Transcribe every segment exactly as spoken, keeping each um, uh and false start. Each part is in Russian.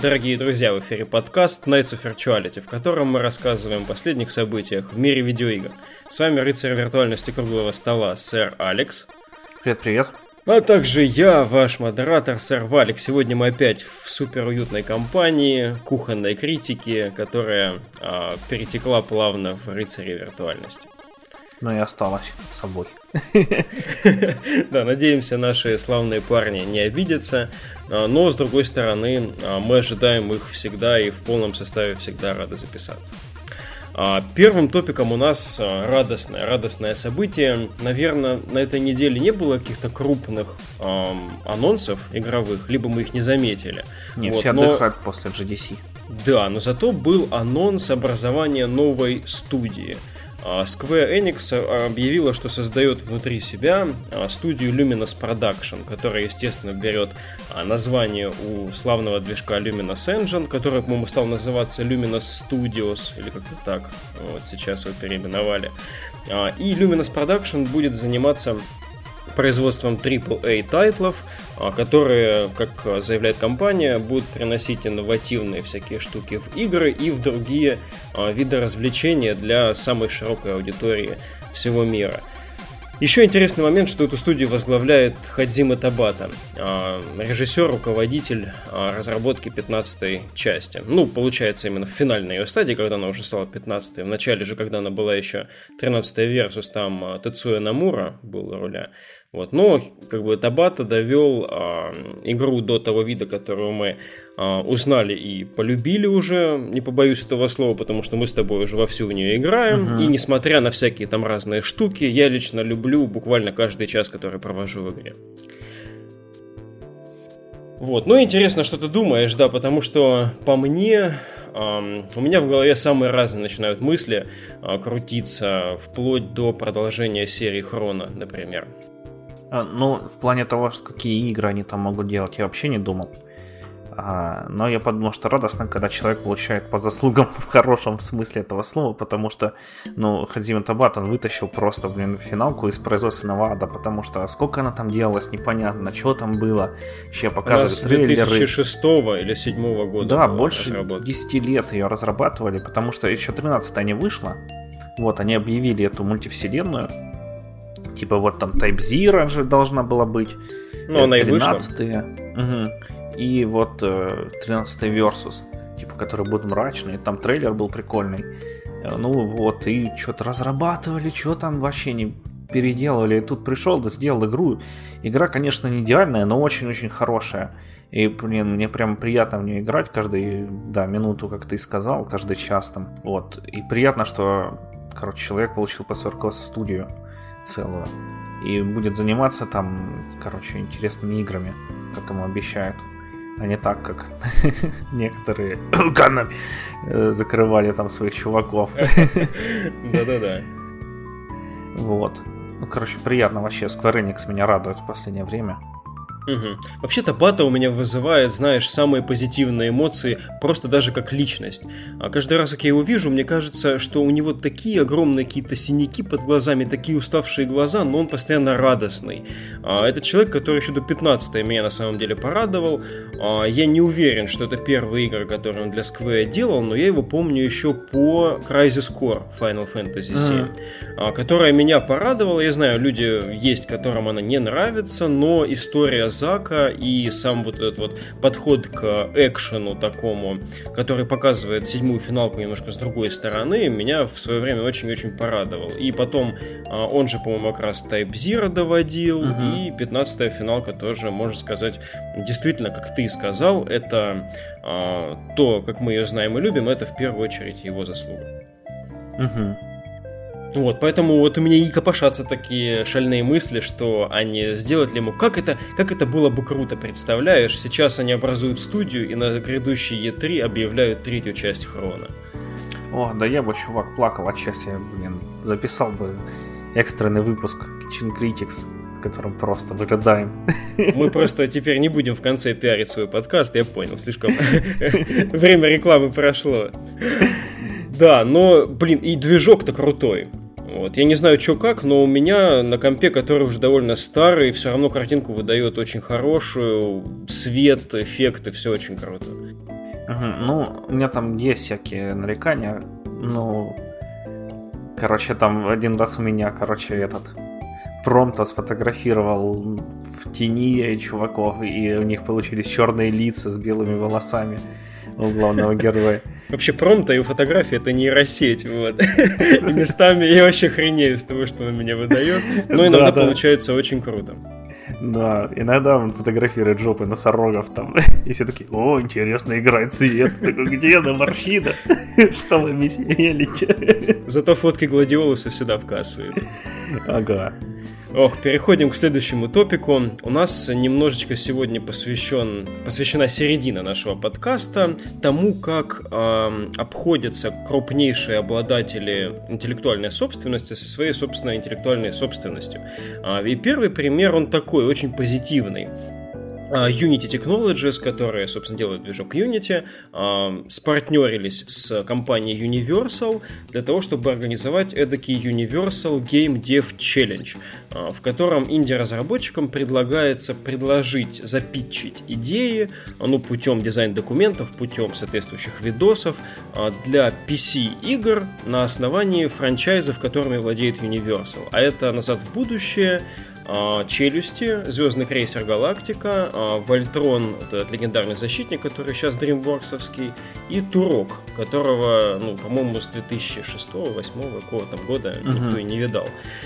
Дорогие друзья, в эфире подкаст Nights of Virtuality, в котором мы рассказываем о последних событиях в мире видеоигр. С вами рыцарь виртуальности круглого стола, сэр Алекс. Привет-привет. А также я, ваш модератор, сэр Валик. Сегодня мы опять в суперуютной компании кухонной критики, которая а, перетекла плавно в рыцаре виртуальности. Ну и осталась собой. Да, надеемся, наши славные парни не обидятся, но, с другой стороны, мы ожидаем их всегда и в полном составе всегда рады записаться. Первым топиком у нас радостное, радостное событие. Наверное, на этой неделе не было каких-то крупных эм, анонсов игровых, либо мы их не заметили. Нет, вот, все но... отдыхают после джи ди си. Да, но зато был анонс образования новой студии. Square Enix объявила, что создает внутри себя студию Luminous Production, которая, естественно, берет название у славного движка Luminous Engine, который, по-моему, стал называться Luminous Studios, или как-то так, вот сейчас его переименовали. И Luminous Production будет заниматься производством трипл эй тайтлов, которые, как заявляет компания, будут приносить инновативные всякие штуки в игры и в другие виды развлечения для самой широкой аудитории всего мира. Еще интересный момент, что эту студию возглавляет Хадзима Табата, режиссер, руководитель разработки пятнадцатой части. Ну, получается, именно в финальной ее стадии, когда она уже стала пятнадцатой. В начале же, когда она была еще тринадцатая Versus, там Тецуя Намура был у руля. Вот. Но как бы Табата довел а, игру до того вида, которую мы а, узнали и полюбили уже, не побоюсь этого слова, потому что мы с тобой уже вовсю в нее играем. Uh-huh. И несмотря на всякие там разные штуки, я лично люблю буквально каждый час, который провожу в игре. Вот. Ну, интересно, что ты думаешь, да, потому что по мне... Um, у меня в голове самые разные начинают мысли uh, крутиться, вплоть до продолжения серии Хрона, например. А, ну, в плане того, что какие игры они там могут делать, я вообще не думал. А, но я подумал, что радостно, когда человек получает по заслугам в хорошем смысле этого слова, потому что, ну, Хадзима Табата, он вытащил просто, блин, финалку из производственного ада, потому что сколько она там делалась, непонятно, что там было. Еще показывали трейлеры. С две тысячи шестого или две тысячи седьмого года. Да, больше десять лет ее разрабатывали, потому что еще тринадцатая не вышла. Вот, они объявили эту мультивселенную. Типа вот там Type Zero же должна была быть. Ну, она и вышла. Угу. И вот тринадцатая Versus, типа, который будет мрачный. Там трейлер был прикольный. Ну вот, и что-то разрабатывали, что там вообще не переделывали. И тут пришел, да сделал игру. Игра, конечно, не идеальная, но очень-очень хорошая. И, блин, мне прям приятно в нее играть каждую, да, минуту, как ты сказал, каждый час там. Вот. И приятно, что, короче, человек получил по сорок студию целую. И будет заниматься там, короче, интересными играми, как ему обещают. А не так, как некоторые канами закрывали там своих чуваков. Да-да-да. Вот. Ну, короче, приятно вообще. Square Enix меня радует в последнее время. Угу. Вообще Табата у меня вызывает, знаешь, самые позитивные эмоции, просто даже как личность. А каждый раз, как я его вижу, мне кажется, что у него такие огромные какие-то синяки под глазами, такие уставшие глаза, но он постоянно радостный. А, это человек, который еще до пятнадцатой меня на самом деле порадовал. А, я не уверен, что это первые игры, которые он для Square делал, но я его помню еще по Crisis Core Final Fantasy семь, mm-hmm. а, которая меня порадовала. Я знаю, люди есть, которым она не нравится, но история Зака и сам вот этот вот подход к экшену такому, который показывает седьмую финалку немножко с другой стороны, меня в свое время очень-очень порадовал. И потом он же, по-моему, как раз Type Zero доводил, uh-huh. и пятнадцатая финалка тоже, можно сказать, действительно, как ты сказал, это а, то, как мы ее знаем и любим, это в первую очередь его заслуга. Uh-huh. Вот, поэтому вот у меня и копошатся такие шальные мысли, что они сделать ли ему, как это, как это было бы круто, представляешь? Сейчас они образуют студию и на грядущей и три объявляют третью часть Хрона. О, да я бы, чувак, плакал от счастья, блин, записал бы экстренный выпуск Kitchen Critics, в котором просто вырыдаем. Мы просто теперь не будем в конце пиарить свой подкаст, я понял, слишком время рекламы прошло. Да, но, блин, и движок-то крутой. Вот. Я не знаю, что как, но у меня на компе, который уже довольно старый, все равно картинку выдает очень хорошую, свет, эффекты, все очень круто. Угу. Ну, у меня там есть всякие нарекания. Ну, короче, там один раз у меня, короче, этот Промто сфотографировал в тени чуваков, и у них получились черные лица с белыми волосами у главного героя. Вообще, Промто и у фотографии это нейросеть, вот. И местами я вообще хренею с того, что он меня выдает. Но иногда получается очень круто. Да, иногда он фотографирует жопы носорогов там, и все такие: о, интересно, играет цвет. Такой: где на морщинах? Что вы меселите? Зато фотки гладиолуса всегда в кассу. Ага. Ох, переходим к следующему топику. У нас немножечко сегодня посвящен, посвящена середина нашего подкаста тому, как э, обходятся крупнейшие обладатели интеллектуальной собственности со своей собственной интеллектуальной собственностью. Э, и первый пример, он такой, очень позитивный. Unity Technologies, которые, собственно, делают движок Unity, спартнерились с компанией Universal для того, чтобы организовать эдакий Universal Game Dev Challenge, в котором инди-разработчикам предлагается предложить, запитчить идеи, ну, путем дизайн-документов, путем соответствующих видосов для пи си-игр на основании франчайзов, которыми владеет Universal. А это «Назад в будущее», «Челюсти», «Звездный крейсер Галактика», «Вольтрон», вот этот легендарный защитник, который сейчас дримворксовский, и «Турок», которого, ну, по-моему, с две тысячи шестого, две тысячи восьмого какого-то года uh-huh. никто и не видал.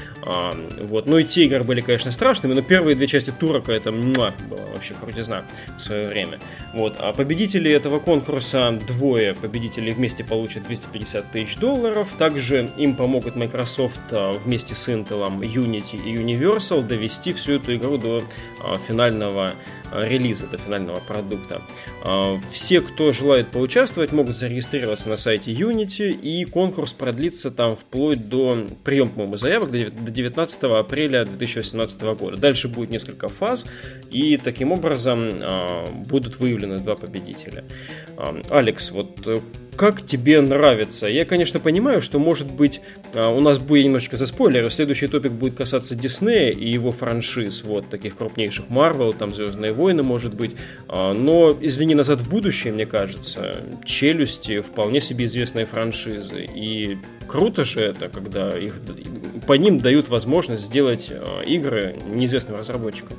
А, вот. Ну и те игры были, конечно, страшными, но первые две части «Турока» это муа, была вообще крутизна в свое время. Вот. А победители этого конкурса, двое победителей вместе получат двести пятьдесят тысяч долларов. Также им помогут Microsoft вместе с Intel, Unity и Universal довести всю эту игру до а, финального а, релиза, до финального продукта. А, все, кто желает поучаствовать, могут зарегистрироваться на сайте Unity, и конкурс продлится там вплоть до приема, по-моему, заявок до девятнадцатого апреля две тысячи восемнадцатого года. Дальше будет несколько фаз, и таким образом а, будут выявлены два победителя. А, Алекс, вот как тебе нравится? Я, конечно, понимаю, что, может быть, у нас будет немножечко заспойлерю. Следующий топик будет касаться Диснея и его франшиз, вот, таких крупнейших. Marvel, там, Звездные войны, может быть. Но, извини, «Назад в будущее», мне кажется, «Челюсти» вполне себе известные франшизы. И круто же это, когда их, по ним дают возможность сделать игры неизвестным разработчикам.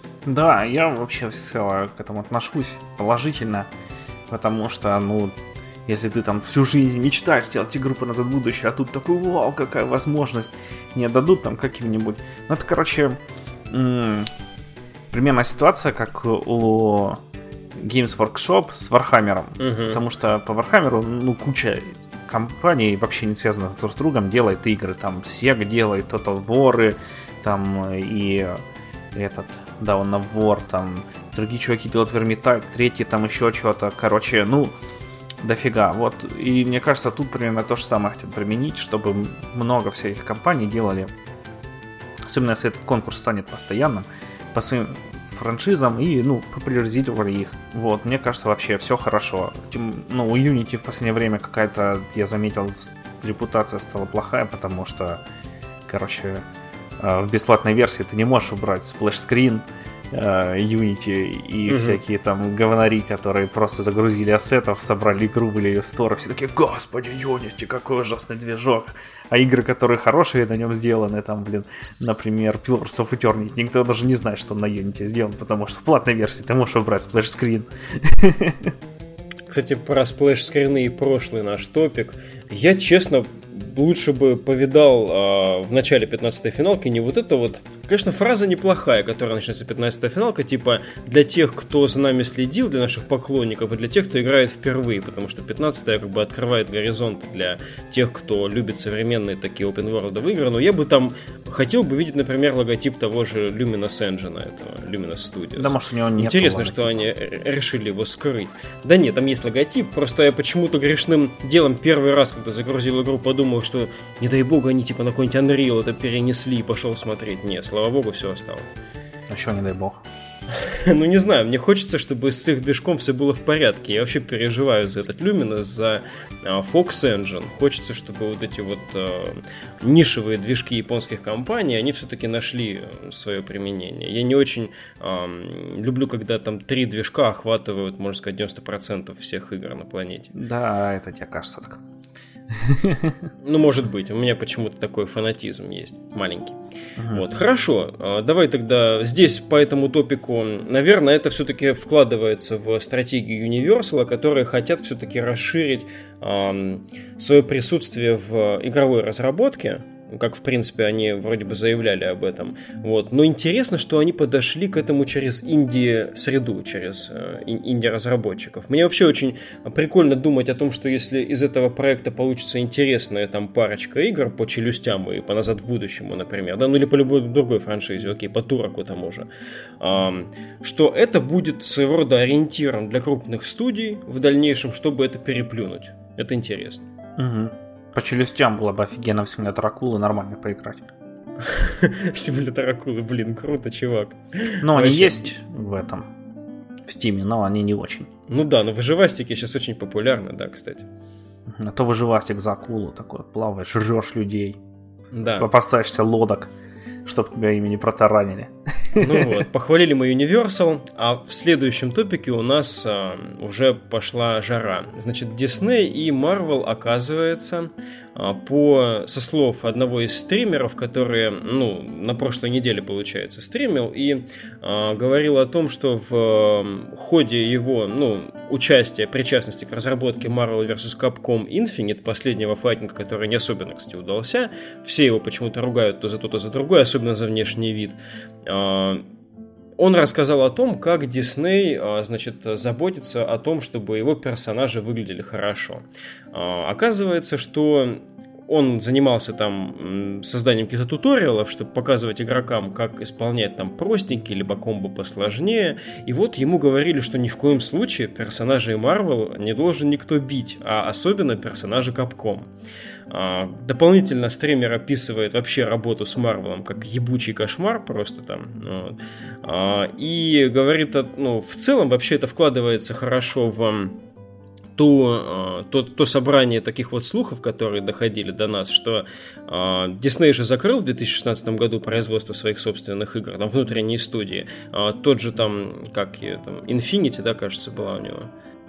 Да, я вообще всецело к этому отношусь положительно, потому что, ну, если ты там всю жизнь мечтаешь сделать игру по «Назад в будущее», а тут такой: вау, какая возможность, не отдадут там каким-нибудь. Ну, это, короче, м- примерная ситуация, как у Games Workshop с Warhammer'ом. Uh-huh. Потому что по Warhammer'у, ну, куча компаний, вообще не связанных друг с другом, делает игры. Там Sega делает, Total War, там и этот Dawn of War, там другие чуваки делают Vermintide, третий там еще что-то. Короче, ну, дофига. Вот. И мне кажется, тут примерно то же самое хотят применить, чтобы много всяких компаний делали. Особенно если этот конкурс станет постоянным по своим франшизам и, ну, популяризировали их. Вот. Мне кажется, вообще все хорошо. Ну, у Unity в последнее время какая-то, я заметил, репутация стала плохая, потому что, короче, в бесплатной версии ты не можешь убрать сплэш-скрин Unity и угу. всякие там говнари, которые просто загрузили ассетов, собрали игру, были ее в стор, все такие: господи, Unity, какой ужасный движок. А игры, которые хорошие на нем сделаны, там, блин, например, Pillars of Eternity, никто даже не знает, что он на Unity сделан, потому что в платной версии ты можешь убрать сплэш-скрин. Кстати, про сплэш-скрины и прошлый наш топик. Я, честно, лучше бы повидал а, в начале пятнадцатой финалки не вот это вот. Конечно, фраза неплохая, которая начинается пятнадцатая финалка, типа для тех, кто за нами следил, для наших поклонников, и для тех, кто играет впервые, потому что пятнадцатая как бы открывает горизонты для тех, кто любит современные такие open-world игры. Но я бы там хотел бы видеть, например, логотип того же Luminous Engine, этого Luminous Studios. Да, может, у него нет. Интересно, что они решили его скрыть. Да нет, там есть логотип, просто я почему-то грешным делом первый раз, когда загрузил игру, подумал, что, не дай бог, они типа на какой-нибудь Unreal это перенесли и пошел смотреть. Нет, слава богу, все осталось. А что, не дай бог? Ну, не знаю, мне хочется, чтобы с их движком все было в порядке. Я вообще переживаю за этот Luminous, за Fox Engine. Хочется, чтобы вот эти вот э, нишевые движки японских компаний, они все-таки нашли свое применение. Я не очень э, люблю, когда там три движка охватывают, можно сказать, девяносто процентов всех игр на планете. Да, это тебе кажется так. Ну, может быть, у меня почему-то такой фанатизм есть, маленький. Uh-huh. Вот, хорошо, давай тогда здесь по этому топику, наверное, это все-таки вкладывается в стратегию Universal, которые хотят все-таки расширить э, свое присутствие в игровой разработке, как, в принципе, они вроде бы заявляли об этом. Вот. Но интересно, что они подошли к этому через инди-среду, через э, инди-разработчиков. Мне вообще очень прикольно думать о том, что если из этого проекта получится интересная там парочка игр по «Челюстям» и по «Назад в будущему», например, да, ну или по любой другой франшизе, окей, по «Тураку» тому же, э, что это будет своего рода ориентиром для крупных студий в дальнейшем, чтобы это переплюнуть. Это интересно. Угу. По «Челюстям» было бы офигенно в симулятор акулы нормально поиграть. Симулятор акулы, блин, круто, чувак. Ну, они есть в этом, в Стиме, но они не очень. Ну да, но выживастики сейчас очень популярны, да, кстати. А то выживастик за акулу такой, плаваешь, жрешь людей. Да. Попасаешься лодок, чтобы тебя ими не протаранили. Ну вот, похвалили мы Universal, а в следующем топике у нас а, уже пошла жара. Значит, Disney и Marvel, оказывается, а, по, со слов одного из стримеров, который, ну, на прошлой неделе, получается, стримил, и а, говорил о том, что в а, ходе его, ну, участия, причастности к разработке Marvel версус. Capcom Infinite, последнего файтинга, который не особенно, кстати, удался, все его почему-то ругают то за то, то за другое, особенно за внешний вид. Он рассказал о том, как Disney, значит, заботится о том, чтобы его персонажи выглядели хорошо. Оказывается, что он занимался там созданием каких-то туториалов, чтобы показывать игрокам, как исполнять там простенькие, либо комбо посложнее. И вот ему говорили, что ни в коем случае персонажей Marvel не должен никто бить, а особенно персонажи Capcom. Дополнительно стример описывает вообще работу с Марвелом как ебучий кошмар просто там. Вот. И говорит, ну, в целом вообще это вкладывается хорошо в то, то, то собрание таких вот слухов, которые доходили до нас, что Disney же закрыл в две тысячи шестнадцатом году производство своих собственных игр, там внутренние студии. Тот же там, как ее там, Infinity, да, кажется, была у него.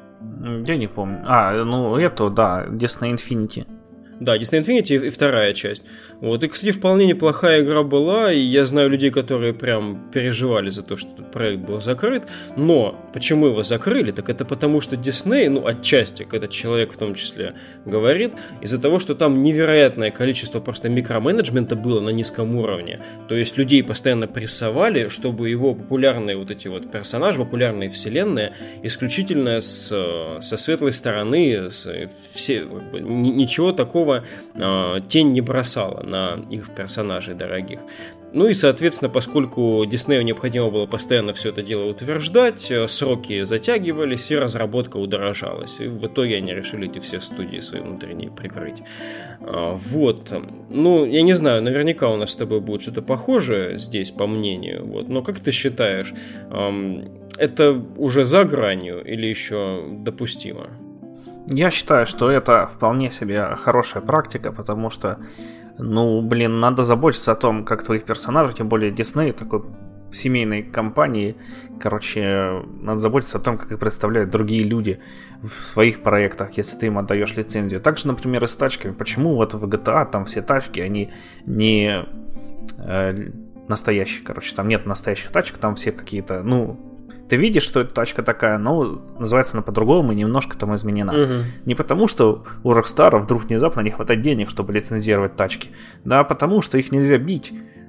Я не помню. А, ну это, да, Disney Infinity. Да, Disney Infinity и вторая часть. Вот. И, кстати, вполне неплохая игра была, и я знаю людей, которые прям переживали за то, что этот проект был закрыт. Но почему его закрыли? Так это потому, что Disney, ну, отчасти, этот человек в том числе говорит, из-за того, что там невероятное количество просто микроменеджмента было на низком уровне. То есть людей постоянно прессовали, чтобы его популярные вот эти вот персонажи, популярные вселенные, исключительно с, со светлой стороны, с, все, ничего такого э, тень не бросала на их персонажей дорогих. Ну и, соответственно, поскольку Диснею необходимо было постоянно все это дело утверждать, сроки затягивались и разработка удорожалась. И в итоге они решили эти все студии свои внутренние прикрыть. А, вот. Ну, я не знаю, наверняка у нас с тобой будет что-то похожее здесь, по мнению. Вот. Но как ты считаешь, эм, это уже за гранью или еще допустимо? Я считаю, что это вполне себе хорошая практика, потому что, ну, блин, надо заботиться о том, как твоих персонажей, тем более Disney, такой семейной компании, короче, надо заботиться о том, как их представляют другие люди в своих проектах, если ты им отдаешь лицензию. Также, например, и с тачками. Почему вот в джи ти эй там все тачки, они не э, настоящие, короче, там нет настоящих тачек, там все какие-то, ну... Ты видишь, что эта тачка такая, но называется она по-другому и немножко там изменена. Uh-huh. Не потому, что у Rockstar вдруг внезапно не хватает денег, чтобы лицензировать тачки, да, а потому, что их нельзя бить.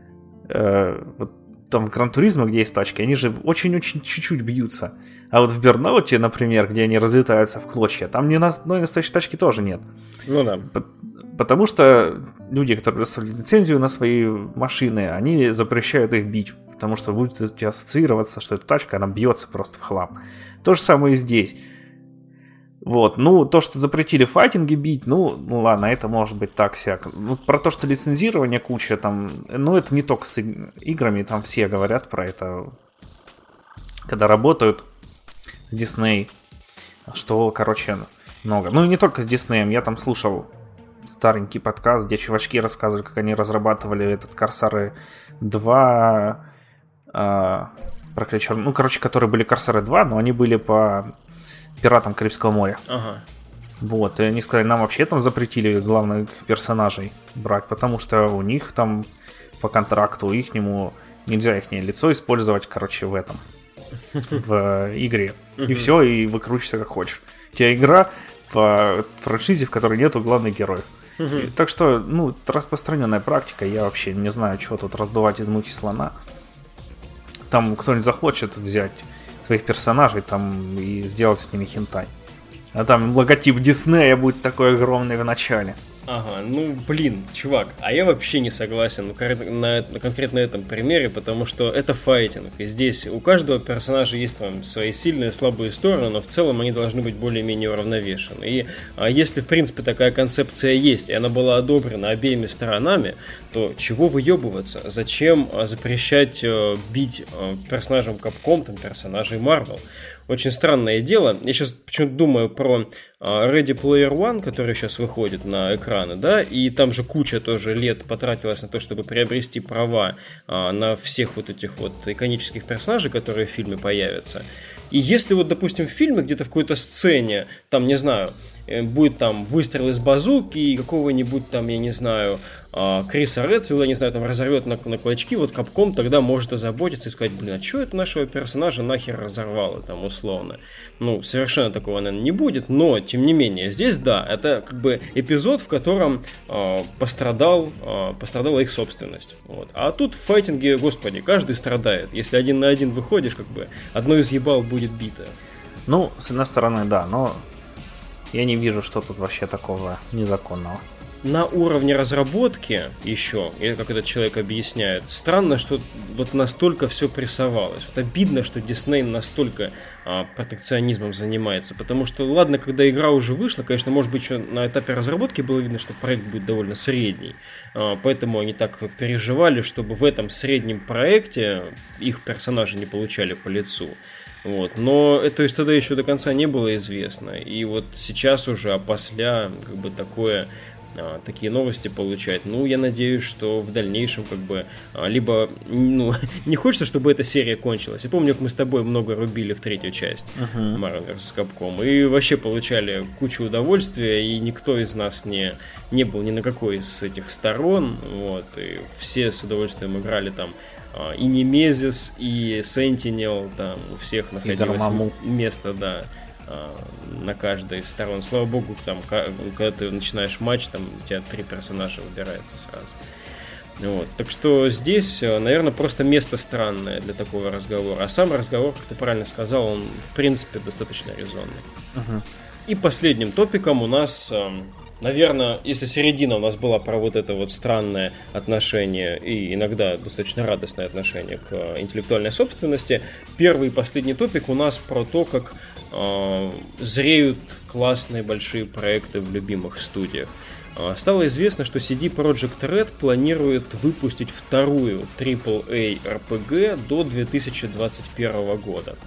Э, вот там в Gran Turismo, где есть тачки, они же очень-очень чуть-чуть бьются. А вот в Burnout, например, где они разлетаются в клочья, там ни одной настоящей тачки тоже нет. Ну да. Потому что люди, которые предоставляют лицензию на свои машины, они запрещают их бить. Потому что будет у тебя ассоциироваться, что эта тачка, она бьется просто в хлам. То же самое и здесь. Вот, ну, то, что запретили файтинги бить, ну, ну ладно, это может быть так всяко. Ну, про то, что лицензирование куча там, ну, это не только с играми, там все говорят про это. когда работают с Disney, что, короче, много. Ну и не только с Disney, я там слушал старенький подкаст, где чувачки рассказывали, как они разрабатывали этот Корсары два, э, проклятие, ну, короче, которые были Корсары два, но они были по Пиратам Карибского моря. Ага. Вот, и они сказали, нам вообще там запретили главных персонажей брать, потому что у них там по контракту ихнему нельзя их лицо использовать, короче, в этом, в игре. И все, и выкручивайся как хочешь. У тебя игра по франшизе, в которой нету главных героев. И, так что, ну, это распространенная практика. Я вообще не знаю, что тут раздувать из мухи слона. Там кто-нибудь захочет взять твоих персонажей там и сделать с ними хентай. А там логотип Диснея будет такой огромный в начале. Ага, ну блин, чувак, а я вообще не согласен на, на конкретно этом примере, потому что это файтинг, и здесь у каждого персонажа есть там свои сильные и слабые стороны, но в целом они должны быть более-менее уравновешены. И а если в принципе такая концепция есть, и она была одобрена обеими сторонами, то чего выебываться? Зачем запрещать э, бить э, персонажам Capcom, там, персонажей Marvel? Очень странное дело. Я сейчас почему-то думаю про Ready Player One, который сейчас выходит на экраны, да, и там же куча тоже лет потратилась на то, чтобы приобрести права на всех вот этих вот иконических персонажей, которые в фильме появятся. И если вот, допустим, в фильме где-то в какой-то сцене, там, не знаю, будет там выстрел из базуки и какого-нибудь там, я не знаю, Криса Редфилда, я не знаю, там разорвет на, на клочки, вот Capcom тогда может озаботиться и сказать, блин, а что это нашего персонажа нахер разорвало там условно? Ну, совершенно такого, наверное, не будет, но, тем не менее, здесь, да, это как бы эпизод, в котором э, пострадал, э, пострадала их собственность. Вот. А тут в файтинге, господи, каждый страдает. Если один на один выходишь, как бы, одно из ебал будет бито. Ну, с одной стороны, да, но я не вижу, что тут вообще такого незаконного. На уровне разработки еще, или как этот человек объясняет, странно, что вот настолько все прессовалось. Вот обидно, что Disney настолько а, протекционизмом занимается. Потому что, ладно, когда игра уже вышла, конечно, может быть, еще на этапе разработки было видно, что проект будет довольно средний. А, поэтому они так переживали, чтобы в этом среднем проекте их персонажи не получали по лицу. Вот. Но это, то есть, тогда еще до конца не было известно. И вот сейчас уже, а после как бы такое... такие новости получать. Ну, я надеюсь, что в дальнейшем как бы либо, ну, не хочется, чтобы эта серия кончилась. Я помню, как мы с тобой много рубили в третью часть uh-huh. Marvel версус. Capcom и вообще получали кучу удовольствия, и никто из нас не, не был ни на какой из этих сторон. Вот, и все с удовольствием играли там и Немезис, и Sentinel, там у всех находилось место, да, на каждой из сторон. Слава богу, там, когда ты начинаешь матч, там у тебя три персонажа выбирается сразу. Вот. Так что здесь, наверное, просто место странное для такого разговора. А сам разговор, как ты правильно сказал, он, в принципе, достаточно резонный. Uh-huh. И последним топиком у нас, наверное, если середина у нас была про вот это вот странное отношение и иногда достаточно радостное отношение к интеллектуальной собственности, первый и последний топик у нас про то, как э, зреют классные большие проекты в любимых студиях. Стало известно, что си ди Projekt Red планирует выпустить вторую трипл эй ар пи джи до две тысячи двадцать первого года.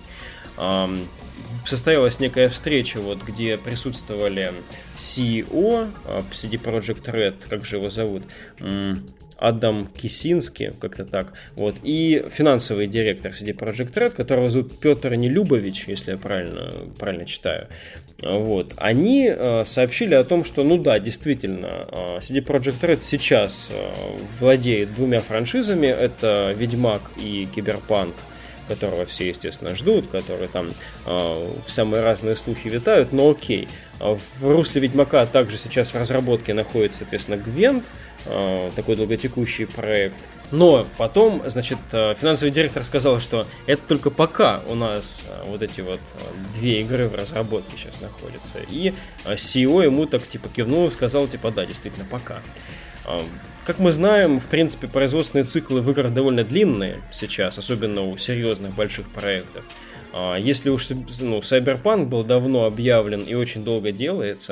Состоялась некая встреча, вот, где присутствовали си и о си ди Projekt Red, как же его зовут, Адам Кисинский, как-то так, вот, и финансовый директор си ди Projekt Red, которого зовут Петр Нелюбович, если я правильно, правильно читаю. Вот. Они э, сообщили о том, что, ну да, действительно, э, си ди Projekt Red сейчас э, владеет двумя франшизами, это Ведьмак и Киберпанк, которого все, естественно, ждут, которые там э, самые разные слухи витают, но окей. В русле Ведьмака также сейчас в разработке находится, соответственно, Гвент, э, такой долготекущий проект. Но потом, значит, финансовый директор сказал, что это только пока у нас вот эти вот две игры в разработке сейчас находятся. И си и о ему так типа кивнул и сказал, типа, да, действительно, пока. Как мы знаем, в принципе, производственные циклы в играх довольно длинные сейчас, особенно у серьезных больших проектов. Если уж, ну, Cyberpunk был давно объявлен и очень долго делается,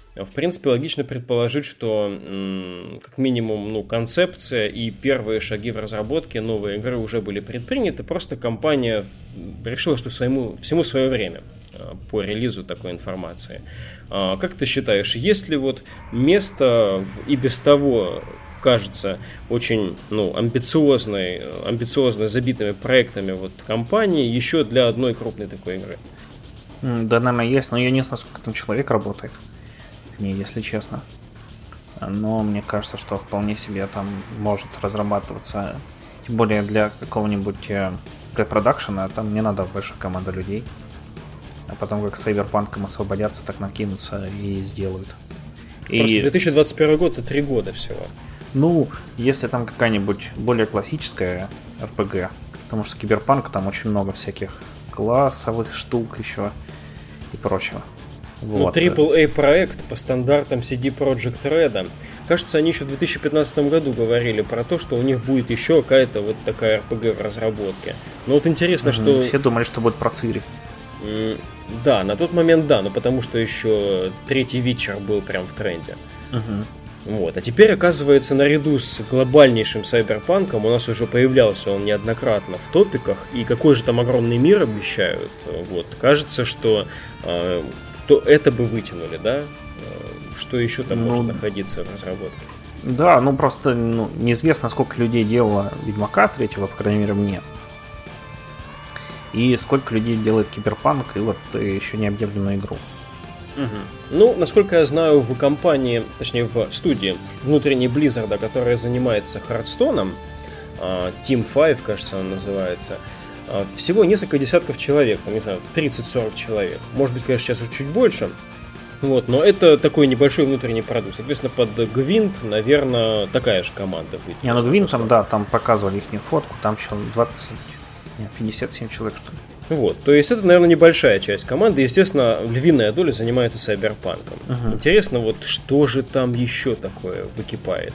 в принципе, логично предположить, что как минимум ну, концепция и первые шаги в разработке новой игры уже были предприняты, просто компания решила, что своему, всему свое время по релизу такой информации. Как ты считаешь, есть ли вот место в и без того, кажется, очень ну, амбициозной, амбициозно забитыми проектами вот, компании еще для одной крупной такой игры? Да, наверное, есть, но я не знаю, сколько там человек работает в ней, если честно. Но мне кажется, что вполне себе там может разрабатываться, тем более для какого-нибудь препродакшена, там не надо большая команда людей. А потом как с Cyberpunk'ом освободятся, так накинутся и сделают. Просто и... две тысячи двадцать первый год — это три года всего. Ну, если там какая-нибудь более классическая эр пи джи, потому что Cyberpunk там очень много всяких классовых штук еще и прочего. Вот. Ну, трипл эй проект по стандартам си ди Projekt Red. Кажется, они еще в две тысячи пятнадцатом году говорили про то, что у них будет еще какая-то вот такая эр пи джи в разработке. Но вот интересно, mm-hmm. что... Все думали, что будет про Цири. Да, на тот момент да, но потому что еще третий Witcher был прям в тренде. Uh-huh. Вот. А теперь, оказывается, наряду с глобальнейшим Cyberpunk'ом у нас уже появлялся он неоднократно в топиках, и какой же там огромный мир обещают. Вот. Кажется, что э, то это бы вытянули, да? Что еще там ну, может находиться в разработке? Да, ну просто ну, неизвестно, сколько людей делало Ведьмака третьего, по крайней мере, мне. И сколько людей делает Киберпанк и вот еще не объявленную игру. Угу. Ну, насколько я знаю, в компании, точнее в студии внутренней Blizzard, которая занимается Хардстоуном, Team пять, кажется, она называется, всего несколько десятков человек, там, не знаю, тридцать-сорок человек. Может быть, конечно, сейчас уже чуть больше. Вот, но это такой небольшой внутренний продукт. Соответственно, под Гвинт, наверное, такая же команда будет. Не, ну Гвинт там, да, там показывали их фотку, там еще двадцать... пятьдесят семь человек, что ли. Вот, то есть это, наверное, небольшая часть команды. Естественно, львиная доля занимается Сайберпанком. Uh-huh. Интересно, вот что же там еще такое выкипает?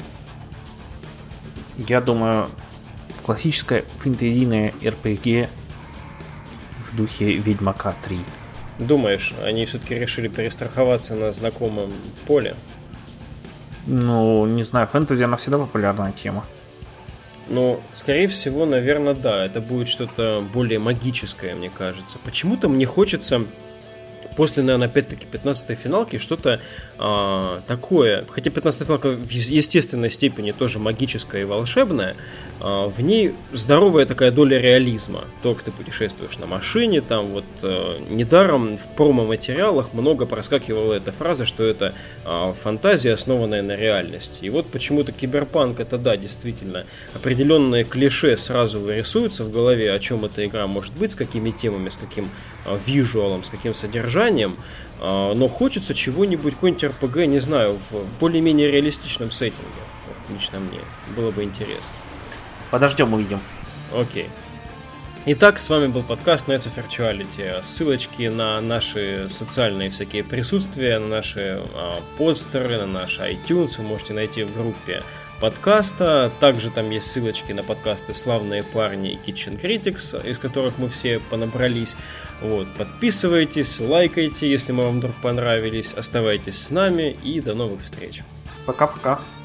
Я думаю, классическая фэнтезийная эр пи джи в духе Ведьмака три. Думаешь, они все-таки решили перестраховаться на знакомом поле? Ну, не знаю, фэнтези, она всегда популярная тема. Ну, скорее всего, наверное, да. Это будет что-то более магическое, мне кажется. Почему-то мне хочется после, наверное, опять-таки пятнадцатой финалки что-то а, такое. Хотя пятнадцатая финалка в естественной степени тоже магическая и волшебная. А, в ней здоровая такая доля реализма. То, как ты путешествуешь на машине, там вот а, недаром в промо-материалах много проскакивала эта фраза, что это а, фантазия, основанная на реальности. И вот почему-то Киберпанк — это, да, действительно, определенные клише сразу вырисуются в голове, о чем эта игра может быть, с какими темами, с каким а, визуалом, с каким содержанием. Но хочется чего-нибудь, какой-нибудь эр пи джи, не знаю, в более-менее реалистичном сеттинге. Вот, лично мне. Было бы интересно. Подождем, увидим. Окей. Итак, с вами был подкаст Nights of Virtuality. Ссылочки на наши социальные всякие присутствия, на наши а, постеры, на наш iTunes вы можете найти в группе подкаста. Также там есть ссылочки на подкасты «Славные парни» и Kitchen Critics, из которых мы все понабрались. Вот. Подписывайтесь, лайкайте, если мы вам вдруг понравились. Оставайтесь с нами и до новых встреч. Пока-пока.